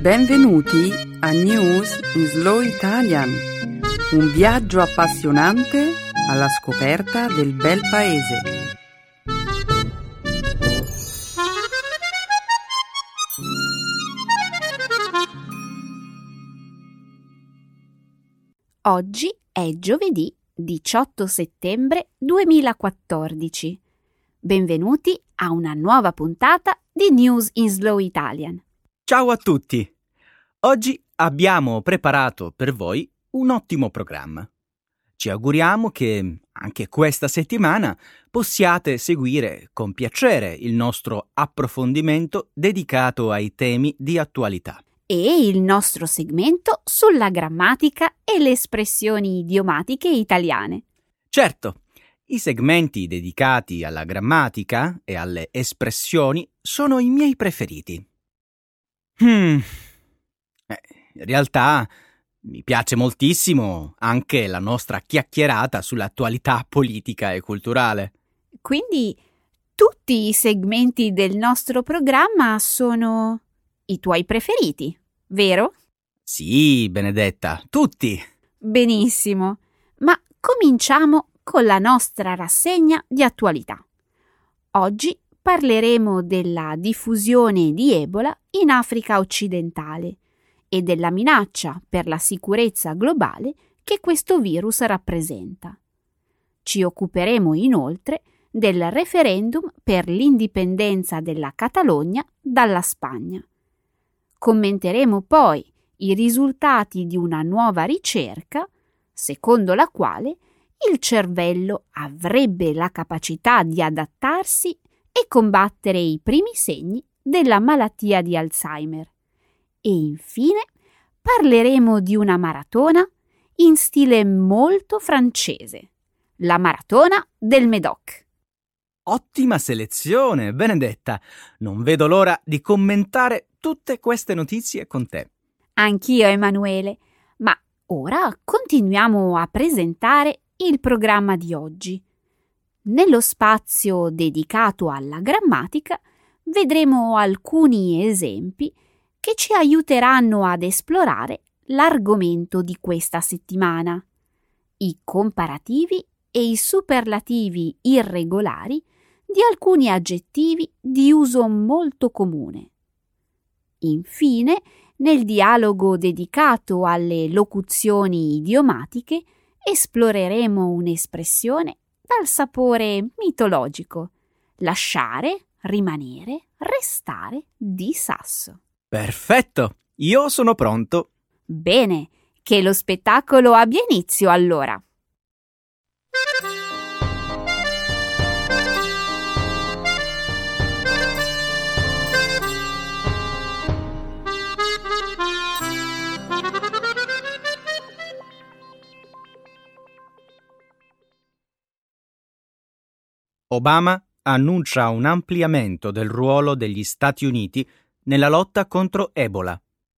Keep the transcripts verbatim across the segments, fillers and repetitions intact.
Benvenuti a News in Slow Italian, un viaggio appassionante alla scoperta del bel paese. Oggi è giovedì diciotto settembre duemilaquattordici. Benvenuti a una nuova puntata di News in Slow Italian. Ciao a tutti! Oggi abbiamo preparato per voi un ottimo programma. Ci auguriamo che anche questa settimana possiate seguire con piacere il nostro approfondimento dedicato ai temi di attualità. E il nostro segmento sulla grammatica e le espressioni idiomatiche italiane. Certo, i segmenti dedicati alla grammatica e alle espressioni sono i miei preferiti. Hmm, eh, in realtà mi piace moltissimo anche la nostra chiacchierata sull'attualità politica e culturale. Quindi tutti i segmenti del nostro programma sono i tuoi preferiti, vero? Sì, Benedetta, tutti. Benissimo, ma cominciamo con la nostra rassegna di attualità. Oggi parleremo della diffusione di Ebola in Africa occidentale e della minaccia per la sicurezza globale che questo virus rappresenta. Ci occuperemo inoltre del referendum per l'indipendenza della Catalogna dalla Spagna. Commenteremo poi i risultati di una nuova ricerca, secondo la quale il cervello avrebbe la capacità di adattarsi e combattere i primi segni della malattia di Alzheimer. E infine parleremo di una maratona in stile molto francese, la maratona del Médoc. Ottima selezione, Benedetta! Non vedo l'ora di commentare tutte queste notizie con te. Anch'io, Emanuele, ma ora continuiamo a presentare il programma di oggi. Nello spazio dedicato alla grammatica vedremo alcuni esempi che ci aiuteranno ad esplorare l'argomento di questa settimana: i comparativi e i superlativi irregolari di alcuni aggettivi di uso molto comune. Infine, nel dialogo dedicato alle locuzioni idiomatiche, esploreremo un'espressione dal sapore mitologico: lasciare, rimanere, restare di sasso. Perfetto! Io sono pronto. Bene, che lo spettacolo abbia inizio allora. Obama annuncia un ampliamento del ruolo degli Stati Uniti nella lotta contro Ebola.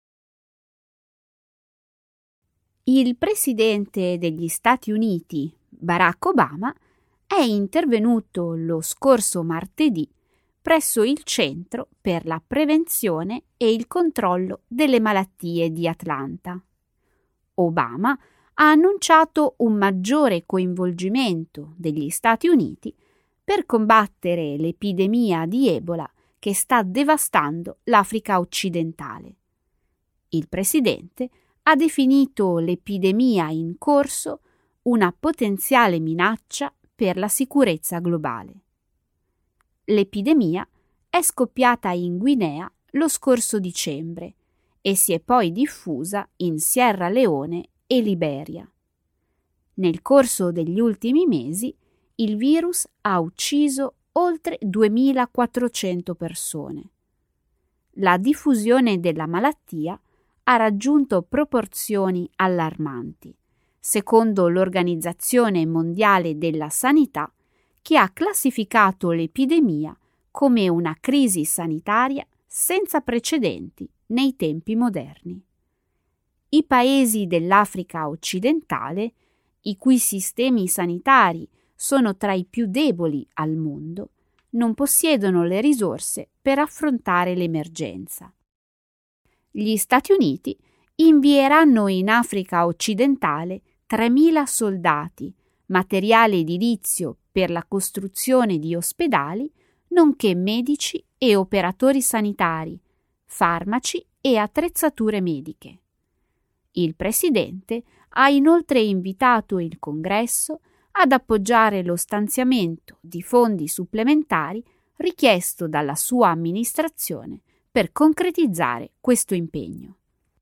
Il presidente degli Stati Uniti, Barack Obama, è intervenuto lo scorso martedì presso il Centro per la Prevenzione e il Controllo delle Malattie di Atlanta. Obama ha annunciato un maggiore coinvolgimento degli Stati Uniti per combattere l'epidemia di Ebola che sta devastando l'Africa occidentale. Il presidente ha definito l'epidemia in corso una potenziale minaccia per la sicurezza globale. L'epidemia è scoppiata in Guinea lo scorso dicembre e si è poi diffusa in Sierra Leone e Liberia. Nel corso degli ultimi mesi il virus ha ucciso oltre duemilaquattrocento persone. La diffusione della malattia ha raggiunto proporzioni allarmanti, secondo l'Organizzazione Mondiale della Sanità, che ha classificato l'epidemia come una crisi sanitaria senza precedenti nei tempi moderni. I paesi dell'Africa occidentale, i cui sistemi sanitari sono tra i più deboli al mondo, non possiedono le risorse per affrontare l'emergenza. Gli Stati Uniti invieranno in Africa occidentale tremila soldati, materiale edilizio per la costruzione di ospedali, nonché medici e operatori sanitari, farmaci e attrezzature mediche. Il presidente ha inoltre invitato il Congresso ad appoggiare lo stanziamento di fondi supplementari richiesto dalla sua amministrazione per concretizzare questo impegno.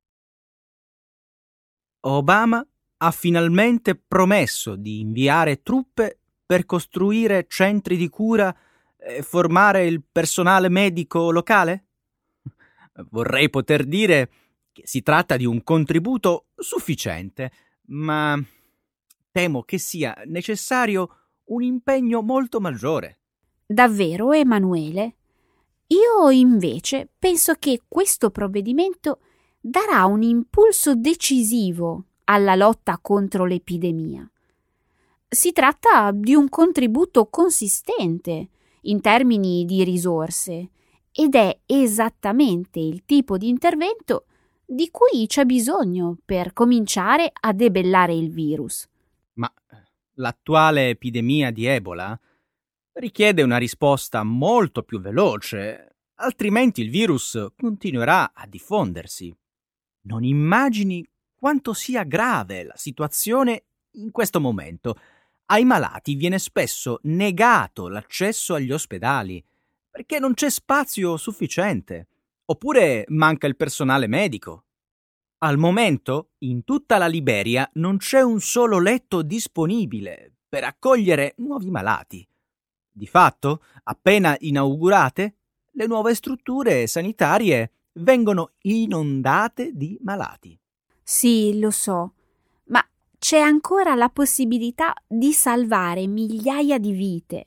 Obama ha finalmente promesso di inviare truppe per costruire centri di cura e formare il personale medico locale? Vorrei poter dire che si tratta di un contributo sufficiente, ma temo che sia necessario un impegno molto maggiore. Davvero, Emanuele? Io invece penso che questo provvedimento darà un impulso decisivo alla lotta contro l'epidemia. Si tratta di un contributo consistente in termini di risorse ed è esattamente il tipo di intervento di cui c'è bisogno per cominciare a debellare il virus. Ma l'attuale epidemia di Ebola richiede una risposta molto più veloce, altrimenti il virus continuerà a diffondersi. Non immagini quanto sia grave la situazione in questo momento. Ai malati viene spesso negato l'accesso agli ospedali perché non c'è spazio sufficiente, oppure manca il personale medico. Al momento, in tutta la Liberia non c'è un solo letto disponibile per accogliere nuovi malati. Di fatto, appena inaugurate, le nuove strutture sanitarie vengono inondate di malati. Sì, lo so, ma c'è ancora la possibilità di salvare migliaia di vite.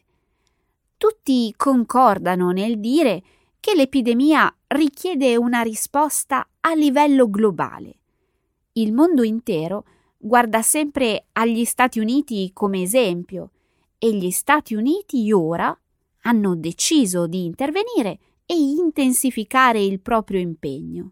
Tutti concordano nel dire che l'epidemia richiede una risposta a livello globale. Il mondo intero guarda sempre agli Stati Uniti come esempio e gli Stati Uniti ora hanno deciso di intervenire e intensificare il proprio impegno.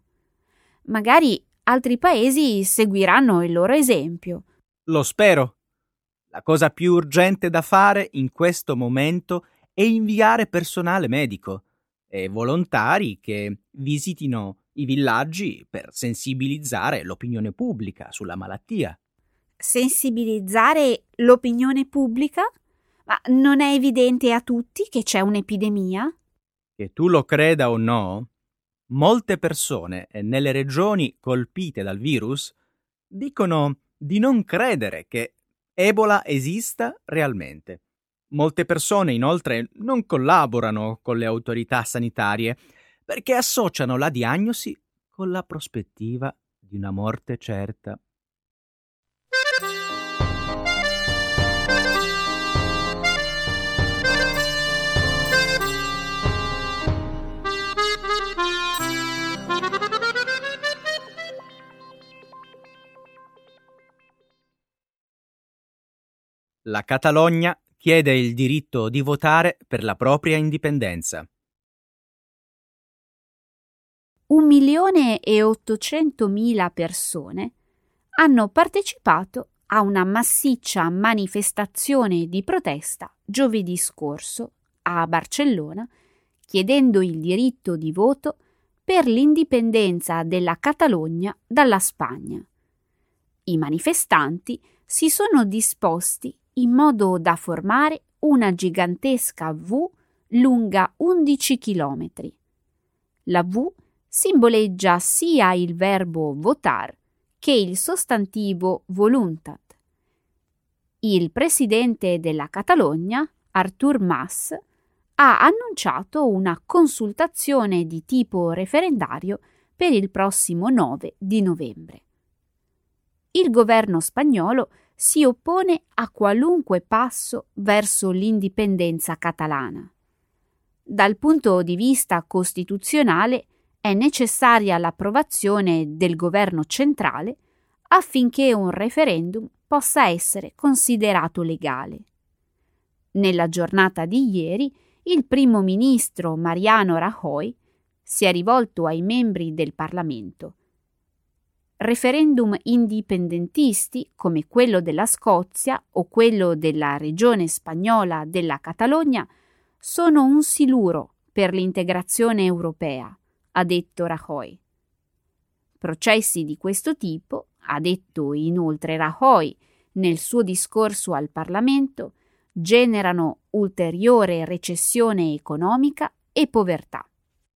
Magari altri paesi seguiranno il loro esempio. Lo spero. La cosa più urgente da fare in questo momento è inviare personale medico e volontari che visitino i villaggi per sensibilizzare l'opinione pubblica sulla malattia. Sensibilizzare l'opinione pubblica? Ma non è evidente a tutti che c'è un'epidemia? Che tu lo creda o no, molte persone nelle regioni colpite dal virus dicono di non credere che Ebola esista realmente. Molte persone inoltre non collaborano con le autorità sanitarie perché associano la diagnosi con la prospettiva di una morte certa. La Catalogna chiede il diritto di votare per la propria indipendenza. Un milione e ottocentomila persone hanno partecipato a una massiccia manifestazione di protesta giovedì scorso a Barcellona, chiedendo il diritto di voto per l'indipendenza della Catalogna dalla Spagna. I manifestanti si sono disposti in modo da formare una gigantesca V lunga undici chilometri. La V simboleggia sia il verbo votar che il sostantivo voluntat. Il presidente della Catalogna, Artur Mas, ha annunciato una consultazione di tipo referendario per il prossimo nove di novembre. Il governo spagnolo si oppone a qualunque passo verso l'indipendenza catalana. Dal punto di vista costituzionale è necessaria l'approvazione del governo centrale affinché un referendum possa essere considerato legale. Nella giornata di ieri, il primo ministro Mariano Rajoy si è rivolto ai membri del Parlamento. Referendum indipendentisti come quello della Scozia o quello della regione spagnola della Catalogna sono un siluro per l'integrazione europea, ha detto Rajoy. Processi di questo tipo, ha detto inoltre Rajoy nel suo discorso al Parlamento, generano ulteriore recessione economica e povertà.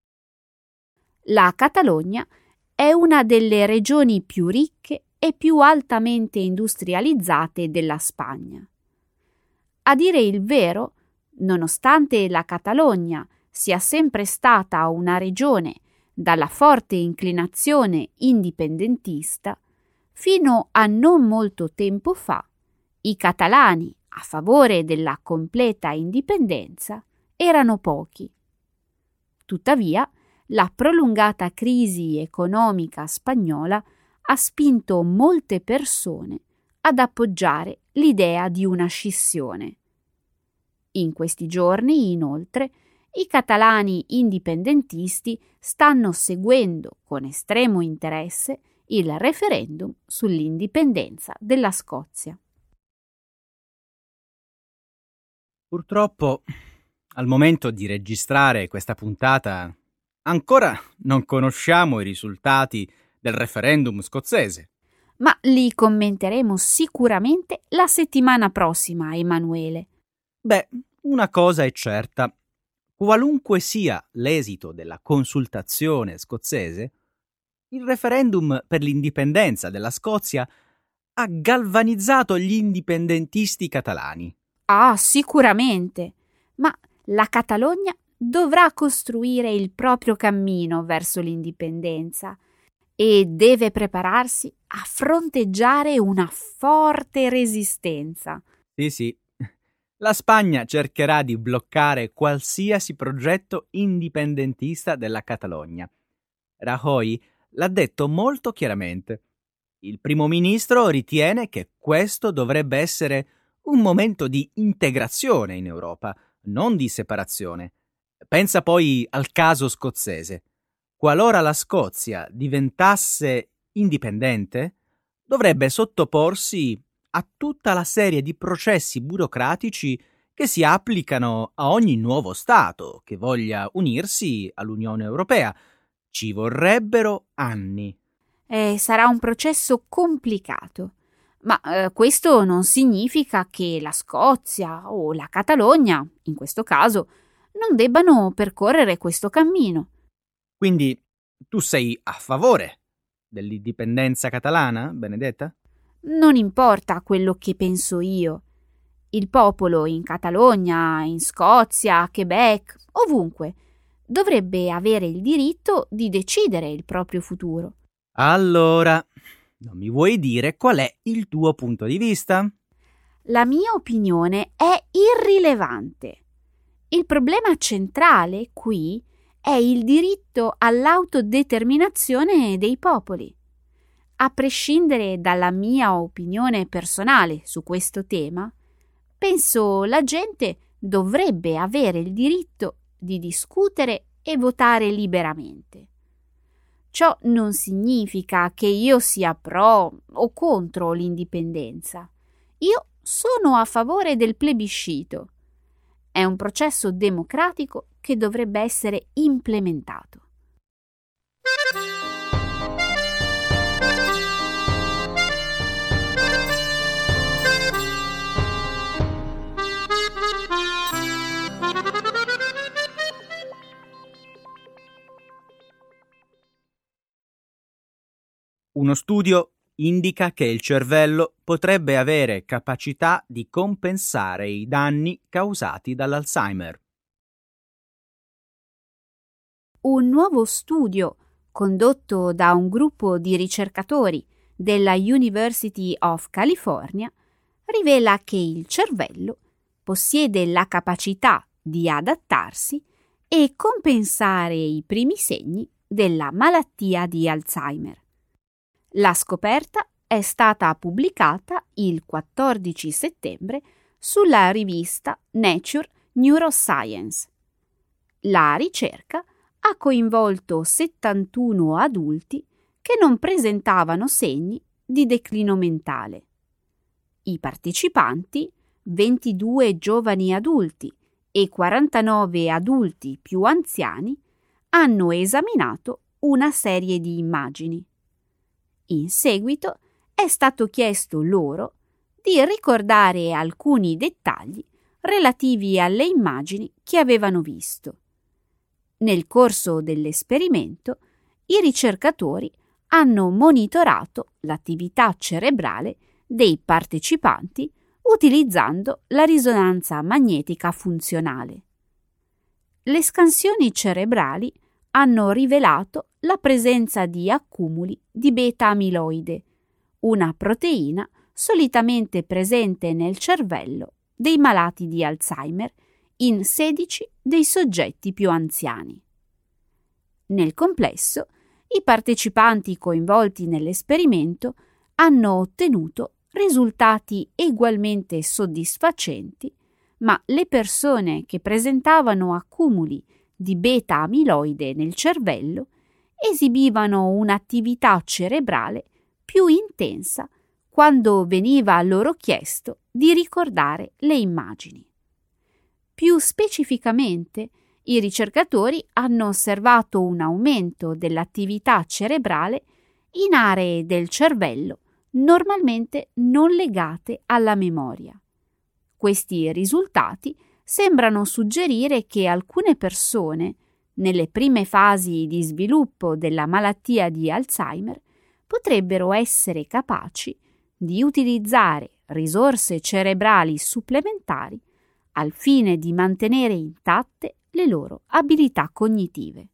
La Catalogna è una delle regioni più ricche e più altamente industrializzate della Spagna. A dire il vero, nonostante la Catalogna sia sempre stata una regione dalla forte inclinazione indipendentista, fino a non molto tempo fa, i catalani a favore della completa indipendenza erano pochi. Tuttavia, la prolungata crisi economica spagnola ha spinto molte persone ad appoggiare l'idea di una scissione. In questi giorni, inoltre, i catalani indipendentisti stanno seguendo con estremo interesse il referendum sull'indipendenza della Scozia. Purtroppo, al momento di registrare questa puntata, ancora non conosciamo i risultati del referendum scozzese. Ma li commenteremo sicuramente la settimana prossima, Emanuele. Beh, una cosa è certa. Qualunque sia l'esito della consultazione scozzese, il referendum per l'indipendenza della Scozia ha galvanizzato gli indipendentisti catalani. Ah, sicuramente. Ma la Catalogna dovrà costruire il proprio cammino verso l'indipendenza e deve prepararsi a fronteggiare una forte resistenza. Sì, sì. La Spagna cercherà di bloccare qualsiasi progetto indipendentista della Catalogna. Rajoy l'ha detto molto chiaramente. Il primo ministro ritiene che questo dovrebbe essere un momento di integrazione in Europa, non di separazione. Pensa poi al caso scozzese. Qualora la Scozia diventasse indipendente, dovrebbe sottoporsi a tutta la serie di processi burocratici che si applicano a ogni nuovo Stato che voglia unirsi all'Unione Europea. Ci vorrebbero anni. Eh, sarà un processo complicato, ma eh, questo non significa che la Scozia o la Catalogna, in questo caso, non debbano percorrere questo cammino. Quindi tu sei a favore dell'indipendenza catalana, Benedetta? Non importa quello che penso io. Il popolo in Catalogna, in Scozia, a Quebec, ovunque, dovrebbe avere il diritto di decidere il proprio futuro. Allora, non mi vuoi dire qual è il tuo punto di vista? La mia opinione è irrilevante. Il problema centrale qui è il diritto all'autodeterminazione dei popoli. A prescindere dalla mia opinione personale su questo tema, penso la gente dovrebbe avere il diritto di discutere e votare liberamente. Ciò non significa che io sia pro o contro l'indipendenza. Io sono a favore del plebiscito. È un processo democratico che dovrebbe essere implementato. Uno studio indica che il cervello potrebbe avere capacità di compensare i danni causati dall'Alzheimer. Un nuovo studio condotto da un gruppo di ricercatori della University of California rivela che il cervello possiede la capacità di adattarsi e compensare i primi segni della malattia di Alzheimer. La scoperta è stata pubblicata il quattordici settembre sulla rivista Nature Neuroscience. La ricerca ha coinvolto settantuno adulti che non presentavano segni di declino mentale. I partecipanti, ventidue giovani adulti e quarantanove adulti più anziani, hanno esaminato una serie di immagini. In seguito è stato chiesto loro di ricordare alcuni dettagli relativi alle immagini che avevano visto. Nel corso dell'esperimento, i ricercatori hanno monitorato l'attività cerebrale dei partecipanti utilizzando la risonanza magnetica funzionale. Le scansioni cerebrali hanno rivelato la presenza di accumuli di beta-amiloide, una proteina solitamente presente nel cervello dei malati di Alzheimer in sedici dei soggetti più anziani. Nel complesso, i partecipanti coinvolti nell'esperimento hanno ottenuto risultati ugualmente soddisfacenti, ma le persone che presentavano accumuli di beta-amiloide nel cervello esibivano un'attività cerebrale più intensa quando veniva loro chiesto di ricordare le immagini. Più specificamente, i ricercatori hanno osservato un aumento dell'attività cerebrale in aree del cervello normalmente non legate alla memoria. Questi risultati sembrano suggerire che alcune persone, nelle prime fasi di sviluppo della malattia di Alzheimer, potrebbero essere capaci di utilizzare risorse cerebrali supplementari al fine di mantenere intatte le loro abilità cognitive.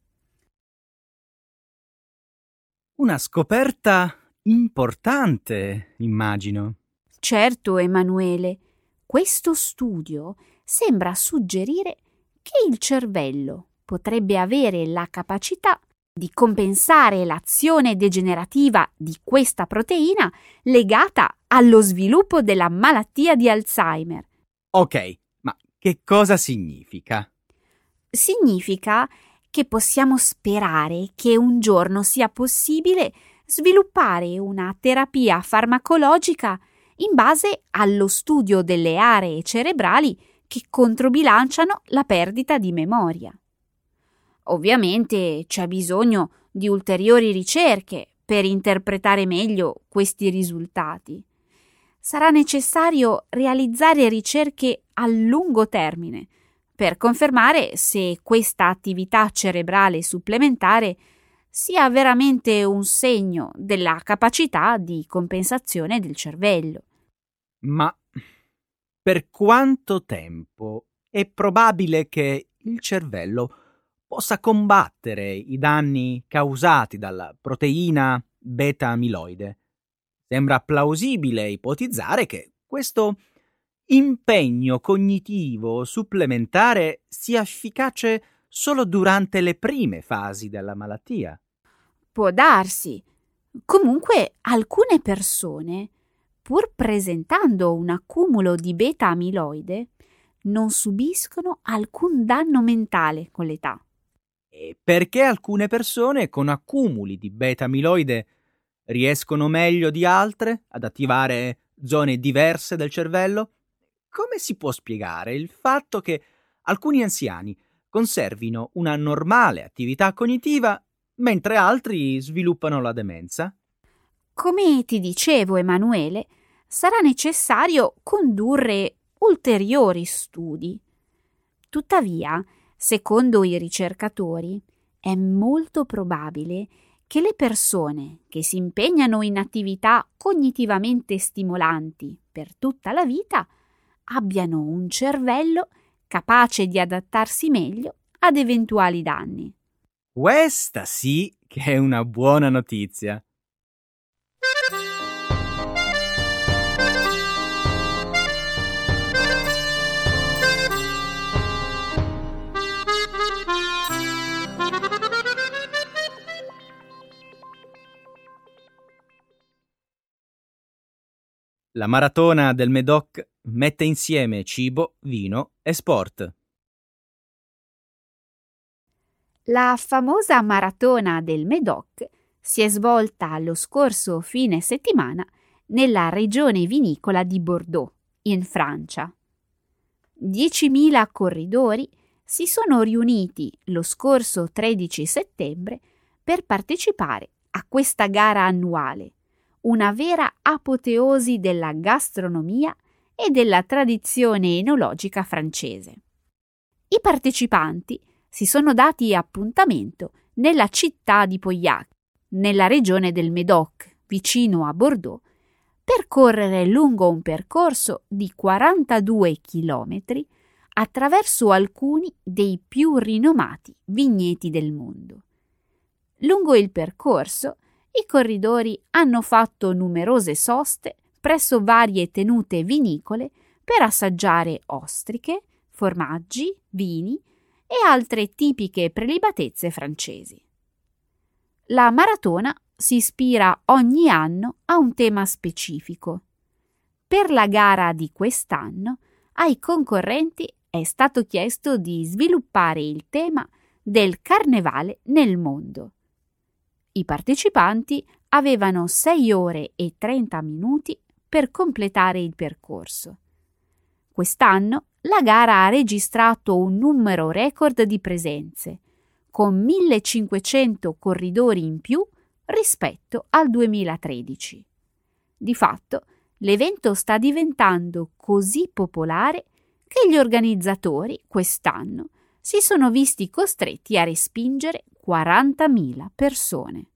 Una scoperta importante, immagino. Certo, Emanuele, questo studio sembra suggerire che il cervello potrebbe avere la capacità di compensare l'azione degenerativa di questa proteina legata allo sviluppo della malattia di Alzheimer. Ok, ma che cosa significa? Significa che possiamo sperare che un giorno sia possibile sviluppare una terapia farmacologica in base allo studio delle aree cerebrali che controbilanciano la perdita di memoria. Ovviamente c'è bisogno di ulteriori ricerche per interpretare meglio questi risultati. Sarà necessario realizzare ricerche a lungo termine per confermare se questa attività cerebrale supplementare sia veramente un segno della capacità di compensazione del cervello. Ma per quanto tempo è probabile che il cervello possa combattere i danni causati dalla proteina beta-amiloide? Sembra plausibile ipotizzare che questo impegno cognitivo supplementare sia efficace solo durante le prime fasi della malattia. Può darsi. Comunque, alcune persone, pur presentando un accumulo di beta-amiloide, non subiscono alcun danno mentale con l'età. E perché alcune persone con accumuli di beta-amiloide riescono meglio di altre ad attivare zone diverse del cervello? Come si può spiegare il fatto che alcuni anziani conservino una normale attività cognitiva mentre altri sviluppano la demenza? Come ti dicevo, Emanuele, sarà necessario condurre ulteriori studi. Tuttavia, secondo i ricercatori, è molto probabile che le persone che si impegnano in attività cognitivamente stimolanti per tutta la vita abbiano un cervello capace di adattarsi meglio ad eventuali danni. Questa sì che è una buona notizia. La maratona del Médoc mette insieme cibo, vino e sport. La famosa maratona del Médoc si è svolta lo scorso fine settimana nella regione vinicola di Bordeaux, in Francia. diecimila corridori si sono riuniti lo scorso tredici settembre per partecipare a questa gara annuale, una vera apoteosi della gastronomia e della tradizione enologica francese. I partecipanti si sono dati appuntamento nella città di Pauillac, nella regione del Médoc, vicino a Bordeaux, per correre lungo un percorso di quarantadue chilometri attraverso alcuni dei più rinomati vigneti del mondo. Lungo il percorso, i corridori hanno fatto numerose soste presso varie tenute vinicole per assaggiare ostriche, formaggi, vini e altre tipiche prelibatezze francesi. La maratona si ispira ogni anno a un tema specifico. Per la gara di quest'anno, ai concorrenti è stato chiesto di sviluppare il tema del carnevale nel mondo. I partecipanti avevano sei ore e trenta minuti per completare il percorso. Quest'anno la gara ha registrato un numero record di presenze, con millecinquecento corridori in più rispetto al duemilatredici. Di fatto, l'evento sta diventando così popolare che gli organizzatori quest'anno si sono visti costretti a respingere quarantamila persone.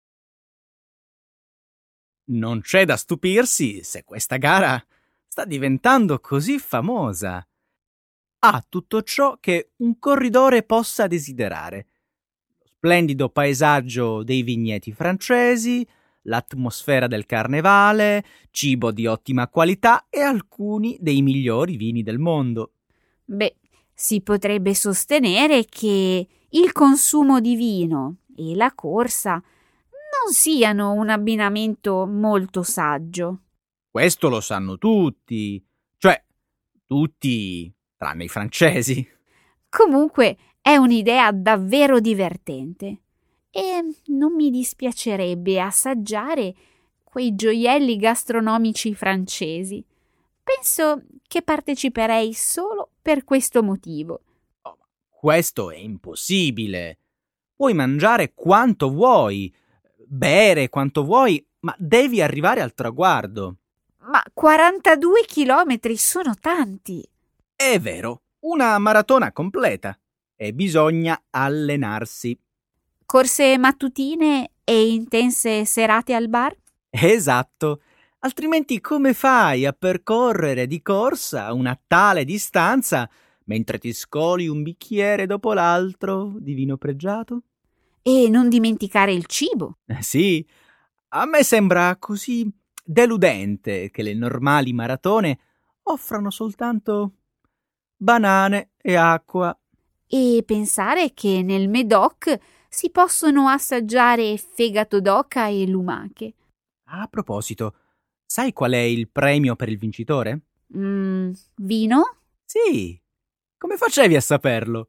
Non c'è da stupirsi se questa gara sta diventando così famosa. Ha tutto ciò che un corridore possa desiderare. Lo splendido paesaggio dei vigneti francesi, l'atmosfera del carnevale, cibo di ottima qualità e alcuni dei migliori vini del mondo. Beh, si potrebbe sostenere che il consumo di vino e la corsa non siano un abbinamento molto saggio. Questo lo sanno tutti, cioè tutti tranne i francesi. Comunque è un'idea davvero divertente e non mi dispiacerebbe assaggiare quei gioielli gastronomici francesi. Penso che parteciperei solo per questo motivo. Oh, questo è impossibile. Puoi mangiare quanto vuoi, bere quanto vuoi, ma devi arrivare al traguardo. Ma quarantadue chilometri sono tanti. È vero, una maratona completa e bisogna allenarsi. Corse mattutine e intense serate al bar? Esatto, altrimenti come fai a percorrere di corsa una tale distanza mentre ti scoli un bicchiere dopo l'altro di vino pregiato? E non dimenticare il cibo. Eh sì, a me sembra così deludente che le normali maratone offrano soltanto banane e acqua. E pensare che nel Médoc si possono assaggiare fegato d'oca e lumache. A proposito, sai qual è il premio per il vincitore? Mm, vino? Sì, come facevi a saperlo?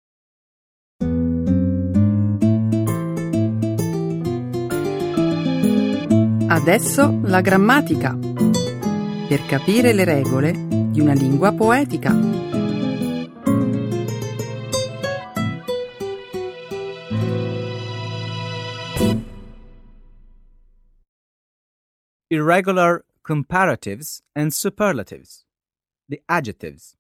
Adesso la grammatica, per capire le regole di una lingua poetica. Irregular comparatives and superlatives. The adjectives.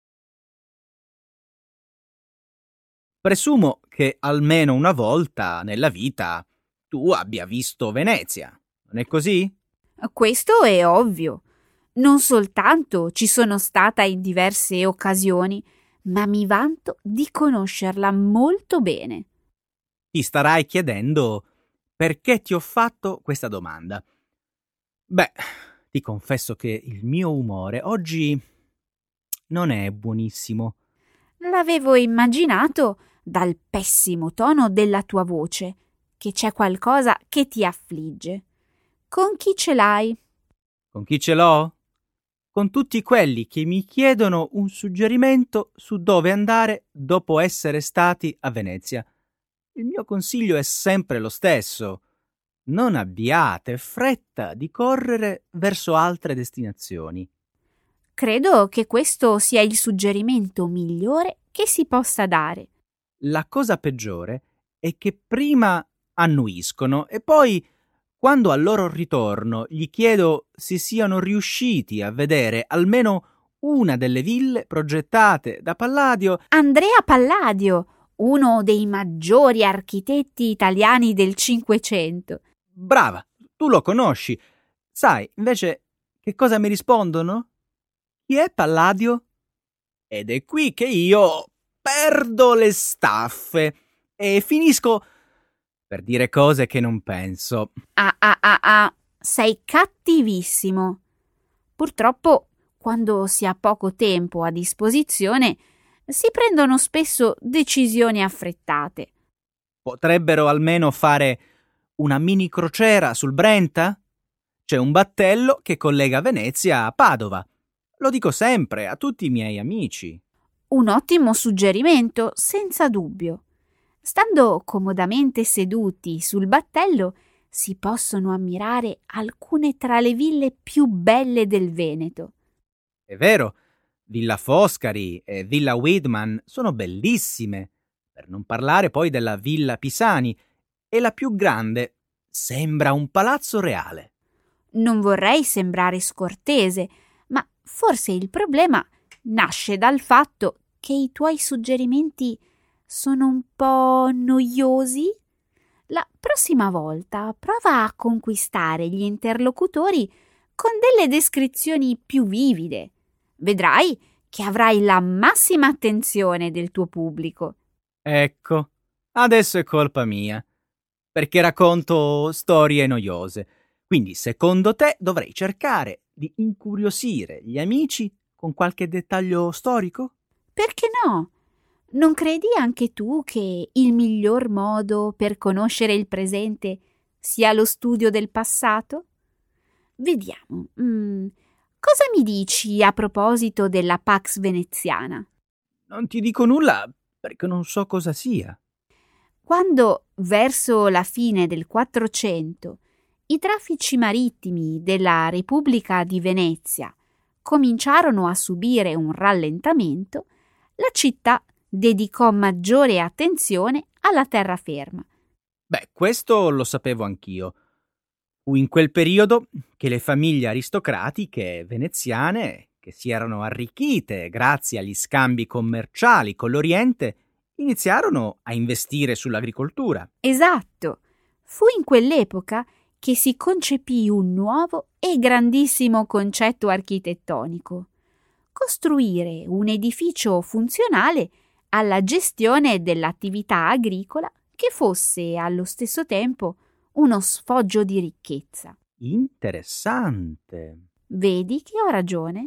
Presumo che almeno una volta nella vita tu abbia visto Venezia, non è così? Questo è ovvio. Non soltanto ci sono stata in diverse occasioni, ma mi vanto di conoscerla molto bene. Ti starai chiedendo perché ti ho fatto questa domanda. Beh, ti confesso che il mio umore oggi non è buonissimo. L'avevo immaginato dal pessimo tono della tua voce, che c'è qualcosa che ti affligge. Con chi ce l'hai? Con chi ce l'ho? Con tutti quelli che mi chiedono un suggerimento su dove andare dopo essere stati a Venezia. il mio consiglio è sempre lo stesso. Non abbiate fretta di correre verso altre destinazioni. Credo che questo sia il suggerimento migliore che si possa dare. La cosa peggiore è che prima annuiscono e poi, quando al loro ritorno gli chiedo se siano riusciti a vedere almeno una delle ville progettate da Palladio. Andrea Palladio, uno dei maggiori architetti italiani del Cinquecento. Brava, tu lo conosci. Sai, invece, che cosa mi rispondono? Chi è Palladio? Ed è qui che io perdo le staffe e finisco per dire cose che non penso. Ah, ah, ah, ah, sei cattivissimo. Purtroppo, quando si ha poco tempo a disposizione, si prendono spesso decisioni affrettate. Potrebbero almeno fare una mini crociera sul Brenta? C'è un battello che collega Venezia a Padova. Lo dico sempre a tutti i miei amici. Un ottimo suggerimento, senza dubbio. Stando comodamente seduti sul battello, si possono ammirare alcune tra le ville più belle del Veneto. È vero, Villa Foscari e Villa Widman sono bellissime, per non parlare poi della Villa Pisani, è la più grande, sembra un palazzo reale. Non vorrei sembrare scortese, ma forse il problema nasce dal fatto che i tuoi suggerimenti sono un po' noiosi. La prossima volta prova a conquistare gli interlocutori con delle descrizioni più vivide. Vedrai che avrai la massima attenzione del tuo pubblico. Ecco, adesso è colpa mia, perché racconto storie noiose. Quindi, secondo te, dovrei cercare di incuriosire gli amici con qualche dettaglio storico? Perché no? Non credi anche tu che il miglior modo per conoscere il presente sia lo studio del passato? Vediamo. Mm, cosa mi dici a proposito della Pax Veneziana? Non ti dico nulla perché non so cosa sia. Quando, verso la fine del Quattrocento, i traffici marittimi della Repubblica di Venezia cominciarono a subire un rallentamento, la città dedicò maggiore attenzione alla terraferma. Beh, questo lo sapevo anch'io. Fu in quel periodo che le famiglie aristocratiche veneziane, che si erano arricchite grazie agli scambi commerciali con l'Oriente, iniziarono a investire sull'agricoltura. Esatto. Fu in quell'epoca che si concepì un nuovo e grandissimo concetto architettonico: costruire un edificio funzionale alla gestione dell'attività agricola che fosse allo stesso tempo uno sfoggio di ricchezza. Interessante. Vedi che ho ragione?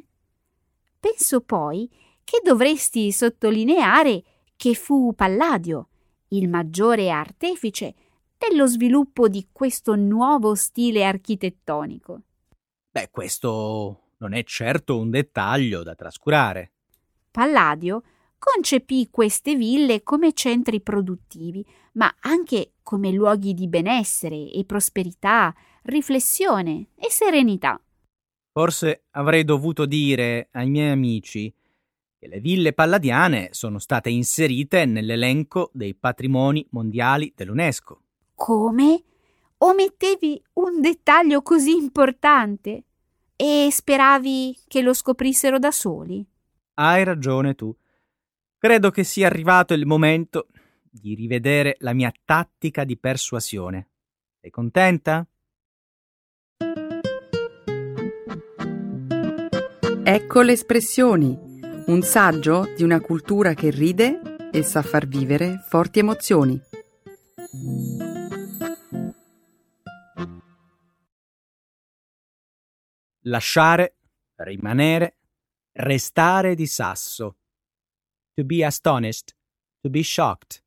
Penso poi che dovresti sottolineare che fu Palladio il maggiore artefice dello sviluppo di questo nuovo stile architettonico. Beh, questo non è certo un dettaglio da trascurare. Palladio concepì queste ville come centri produttivi, ma anche come luoghi di benessere e prosperità, riflessione e serenità. Forse avrei dovuto dire ai miei amici che le ville palladiane sono state inserite nell'elenco dei patrimoni mondiali dell'UNESCO. Come? Omettevi un dettaglio così importante? E speravi che lo scoprissero da soli? Hai ragione tu. Credo che sia arrivato il momento di rivedere la mia tattica di persuasione. Sei contenta? Ecco le espressioni, un saggio di una cultura che ride e sa far vivere forti emozioni. Lasciare, rimanere, restare di sasso. To be astonished, to be shocked.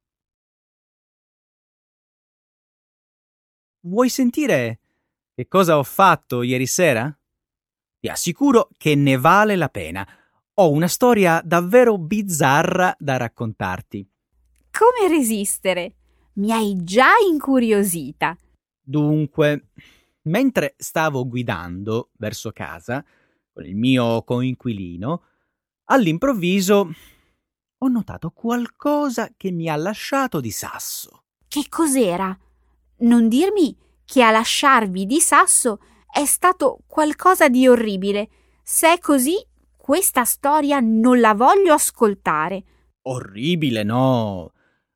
Vuoi sentire che cosa ho fatto ieri sera? Ti assicuro che ne vale la pena. Ho una storia davvero bizzarra da raccontarti. Come resistere? Mi hai già incuriosita. Dunque, mentre stavo guidando verso casa con il mio coinquilino, all'improvviso ho notato qualcosa che mi ha lasciato di sasso. Che cos'era? Non dirmi che a lasciarvi di sasso è stato qualcosa di orribile. Se è così, questa storia non la voglio ascoltare. Orribile, no.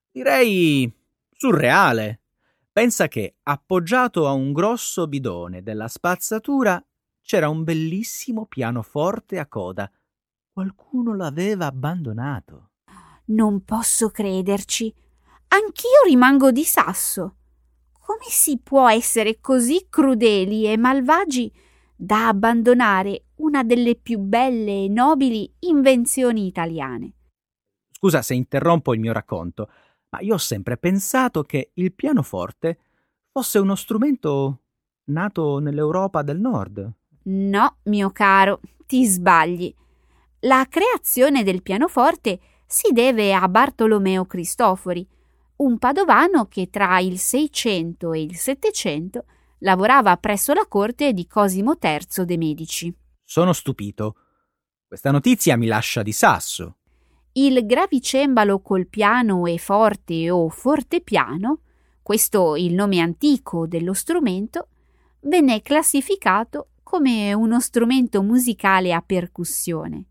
Direi surreale. Pensa che, appoggiato a un grosso bidone della spazzatura, c'era un bellissimo pianoforte a coda. Qualcuno l'aveva abbandonato. Non posso crederci. Anch'io rimango di sasso. Come si può essere così crudeli e malvagi da abbandonare una delle più belle e nobili invenzioni italiane? Scusa se interrompo il mio racconto, ma io ho sempre pensato che il pianoforte fosse uno strumento nato nell'Europa del Nord. No, mio caro, ti sbagli. La creazione del pianoforte si deve a Bartolomeo Cristofori, un padovano che tra il Seicento e il Settecento lavorava presso la corte di Cosimo terzo de' Medici. Sono stupito. Questa notizia mi lascia di sasso. Il gravicembalo col piano e forte o fortepiano, questo il nome antico dello strumento, venne classificato come uno strumento musicale a percussione.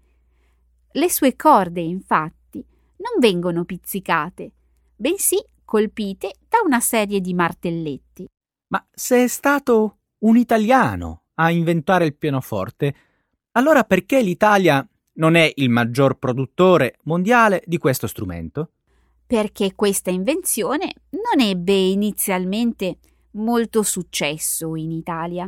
Le sue corde, infatti, non vengono pizzicate, bensì colpite da una serie di martelletti. Ma se è stato un italiano a inventare il pianoforte, allora perché l'Italia non è il maggior produttore mondiale di questo strumento? Perché questa invenzione non ebbe inizialmente molto successo in Italia.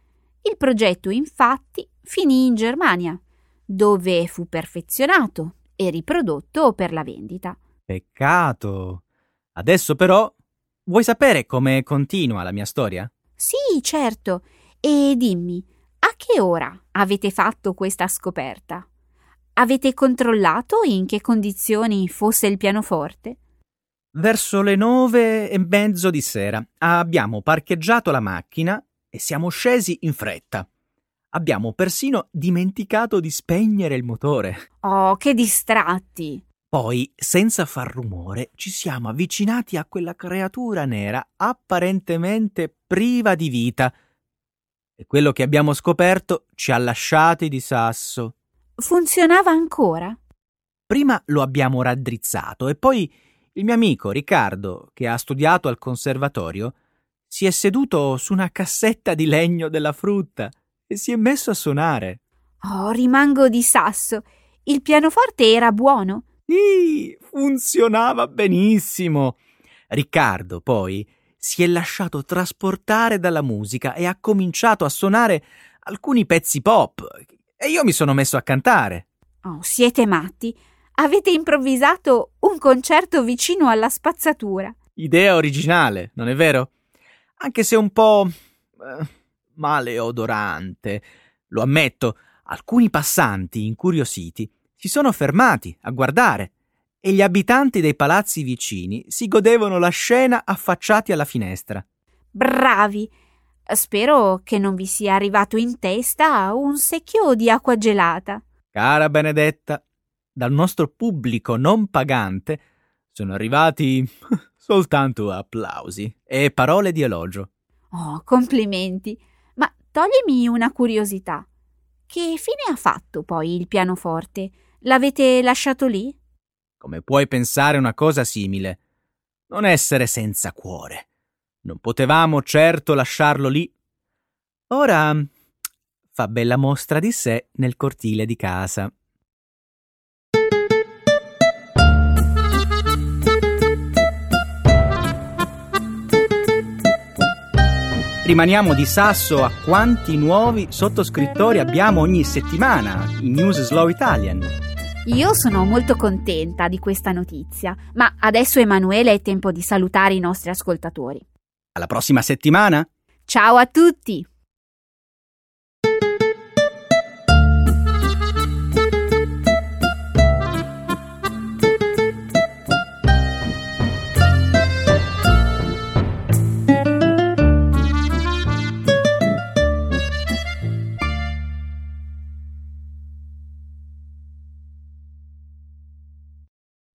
Il progetto, infatti, finì in Germania, dove fu perfezionato e riprodotto per la vendita. Peccato. Adesso però vuoi sapere come continua la mia storia? Sì, certo. E dimmi, a che ora avete fatto questa scoperta? Avete controllato in che condizioni fosse il pianoforte? Verso le nove e mezzo di sera abbiamo parcheggiato la macchina e siamo scesi in fretta. Abbiamo persino dimenticato di spegnere il motore. Oh, che distratti! Poi, senza far rumore, ci siamo avvicinati a quella creatura nera apparentemente priva di vita. E quello che abbiamo scoperto ci ha lasciati di sasso. Funzionava ancora? Prima lo abbiamo raddrizzato e poi il mio amico Riccardo, che ha studiato al conservatorio, si è seduto su una cassetta di legno della frutta e si è messo a suonare. Oh, rimango di sasso. Il pianoforte era buono? Sì, funzionava benissimo. Riccardo, poi, si è lasciato trasportare dalla musica e ha cominciato a suonare alcuni pezzi pop e io mi sono messo a cantare. Oh, siete matti. Avete improvvisato un concerto vicino alla spazzatura. Idea originale, non è vero? Anche se un po' eh, maleodorante. Lo ammetto, alcuni passanti incuriositi si sono fermati a guardare e gli abitanti dei palazzi vicini si godevano la scena affacciati alla finestra. Bravi! Spero che non vi sia arrivato in testa un secchio di acqua gelata. Cara Benedetta, dal nostro pubblico non pagante sono arrivati soltanto applausi e parole di elogio. Oh, complimenti! Ma toglimi una curiosità. Che fine ha fatto poi il pianoforte? L'avete lasciato lì? Come puoi pensare una cosa simile? Non essere senza cuore. Non potevamo certo lasciarlo lì. Ora fa bella mostra di sé nel cortile di casa. Rimaniamo di sasso a quanti nuovi sottoscrittori abbiamo ogni settimana in News Slow Italian. Io sono molto contenta di questa notizia, ma adesso, Emanuele, è tempo di salutare i nostri ascoltatori. Alla prossima settimana! Ciao a tutti!